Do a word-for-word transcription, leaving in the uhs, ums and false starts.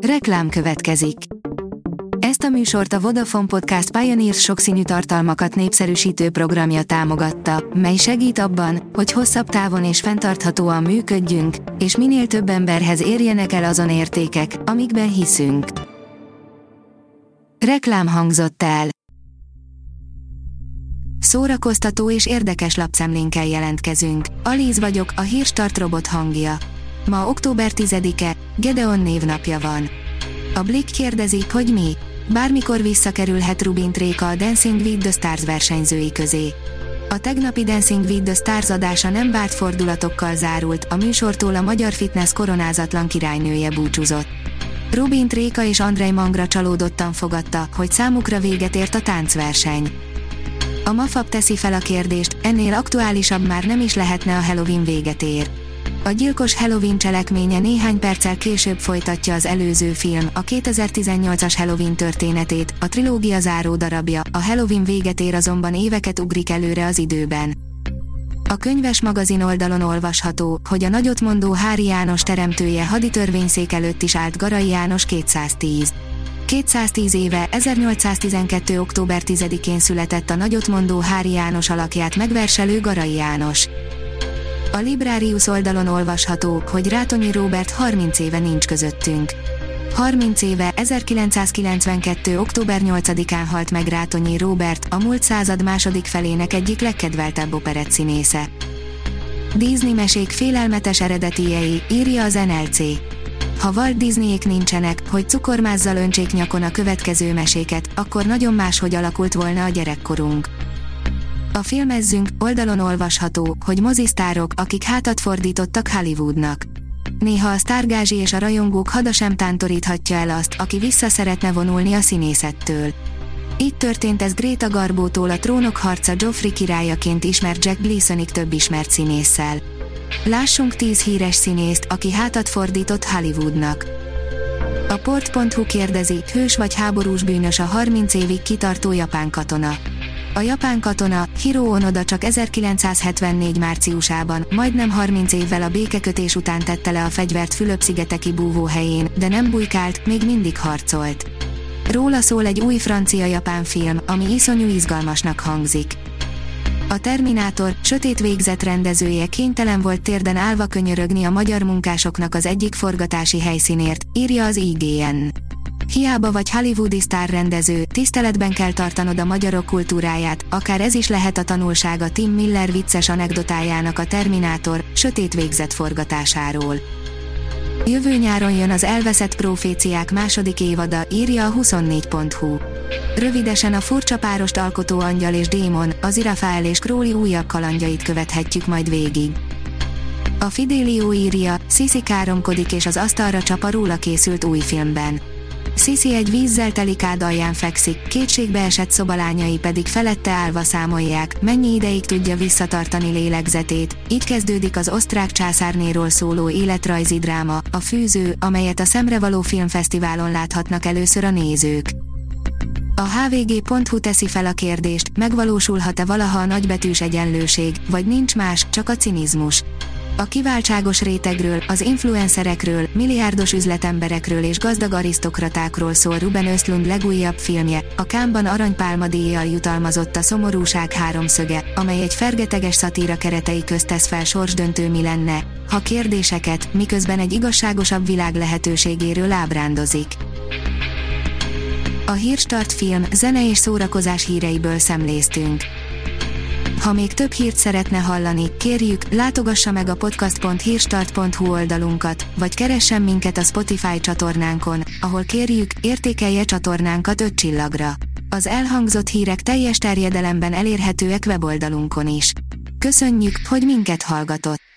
Reklám következik. Ezt a műsort a Vodafone Podcast Pioneers sokszínű tartalmakat népszerűsítő programja támogatta, mely segít abban, hogy hosszabb távon és fenntarthatóan működjünk, és minél több emberhez érjenek el azon értékek, amikben hiszünk. Reklám hangzott el. Szórakoztató és érdekes lapszemlénkkel jelentkezünk. Alíz vagyok, a Hírstart robot hangja. Ma október tizedike, Gedeon névnapja van. A Blick kérdezi, hogy mi? Bármikor visszakerülhet Rubin Réka a Dancing with the Stars versenyzői közé. A tegnapi Dancing with the Stars adása nem várt fordulatokkal zárult, a műsortól a magyar fitness koronázatlan királynője búcsúzott. Rubin Réka és Andrej Mangra csalódottan fogadta, hogy számukra véget ért a táncverseny. A Mafab teszi fel a kérdést, ennél aktuálisabb már nem is lehetne, a Halloween véget ér. A gyilkos Halloween cselekménye néhány perccel később folytatja az előző film, a kétezer-tizennyolcas Halloween történetét, a trilógia záró darabja, a Halloween véget ér azonban éveket ugrik előre az időben. A Könyves magazin oldalon olvasható, hogy a nagyotmondó Háry János teremtője haditörvényszék előtt is állt Garai János kétszáztíz. kétszáztíz éve, ezernyolcszáztizenkettő. október tizedikén született a nagyotmondó Háry János alakját megverselő Garai János. A Librarius oldalon olvasható, hogy Rátonyi Róbert harminc éve nincs közöttünk. harminc éve, ezerkilencszázkilencvenkettő. október nyolcadikán halt meg Rátonyi Róbert, a múlt század második felének egyik legkedveltebb operettszínésze. Disney mesék félelmetes eredetiei, írja az en el cé. Ha Walt Disneyék nincsenek, hogy cukormázzal öntsék nyakon a következő meséket, akkor nagyon máshogy alakult volna a gyerekkorunk. A Filmezzünk oldalon olvasható, hogy mozisztárok, akik hátat fordítottak Hollywoodnak. Néha a sztárgázsi és a rajongók hada sem tántoríthatja el azt, aki vissza szeretne vonulni a színészettől. Így történt ez Greta Garbótól a Trónok harca Joffrey királyaként ismert Jack Gleesonig több ismert színésszel. Lássunk tíz híres színészt, aki hátat fordított Hollywoodnak. A port pont hu kérdezi, hős vagy háborús bűnös a harminc évig kitartó japán katona. A japán katona, Hiro Onoda csak ezerkilencszázhetvennégy márciusában, majdnem harminc évvel a békekötés után tette le a fegyvert Fülöp-szigeteki búvóhelyén, de nem bujkált, még mindig harcolt. Róla szól egy új francia-japán film, ami iszonyú izgalmasnak hangzik. A Terminátor, sötét végzet rendezője kénytelen volt térden állva könyörögni a magyar munkásoknak az egyik forgatási helyszínért, írja az i gé en. Hiába vagy hollywoodi sztárrendező, tiszteletben kell tartanod a magyarok kultúráját, akár ez is lehet a tanulsága Tim Miller vicces anekdotájának a Terminátor, sötét végzet forgatásáról. Jövő nyáron jön az Elveszett próféciák második évada, írja a huszonnégy pont hu. Rövidesen a furcsa párost alkotó angyal és démon, Aziraphale és Crowley újabb kalandjait követhetjük majd végig. A Fidelio írja, Sisi káromkodik és az asztalra csap a róla készült új filmben. Sisi egy vízzel teli kád alján fekszik, kétségbe esett szobalányai pedig felette állva számolják, mennyi ideig tudja visszatartani lélegzetét. Így kezdődik az osztrák császárnéról szóló életrajzi dráma, a Fűző, amelyet a Szemrevaló Filmfesztiválon láthatnak először a nézők. A há vé gé pont hu teszi fel a kérdést, megvalósulhat-e valaha a nagybetűs egyenlőség, vagy nincs más, csak a cinizmus. A kiváltságos rétegről, az influencerekről, milliárdos üzletemberekről és gazdag arisztokratákról szól Ruben Östlund legújabb filmje, a Cannes-ban aranypálmadíjjal jutalmazott A szomorúság háromszöge, amely egy fergeteges szatíra keretei közt tesz fel sorsdöntő mi lenne, ha kérdéseket, miközben egy igazságosabb világ lehetőségéről ábrándozik. A Hírstart film, zene és szórakozás híreiből szemléztünk. Ha még több hírt szeretne hallani, kérjük, látogassa meg a podcast pont hírstart pont hu oldalunkat, vagy keressen minket a Spotify csatornánkon, ahol kérjük, értékelje csatornánkat öt csillagra. Az elhangzott hírek teljes terjedelemben elérhetőek weboldalunkon is. Köszönjük, hogy minket hallgatott!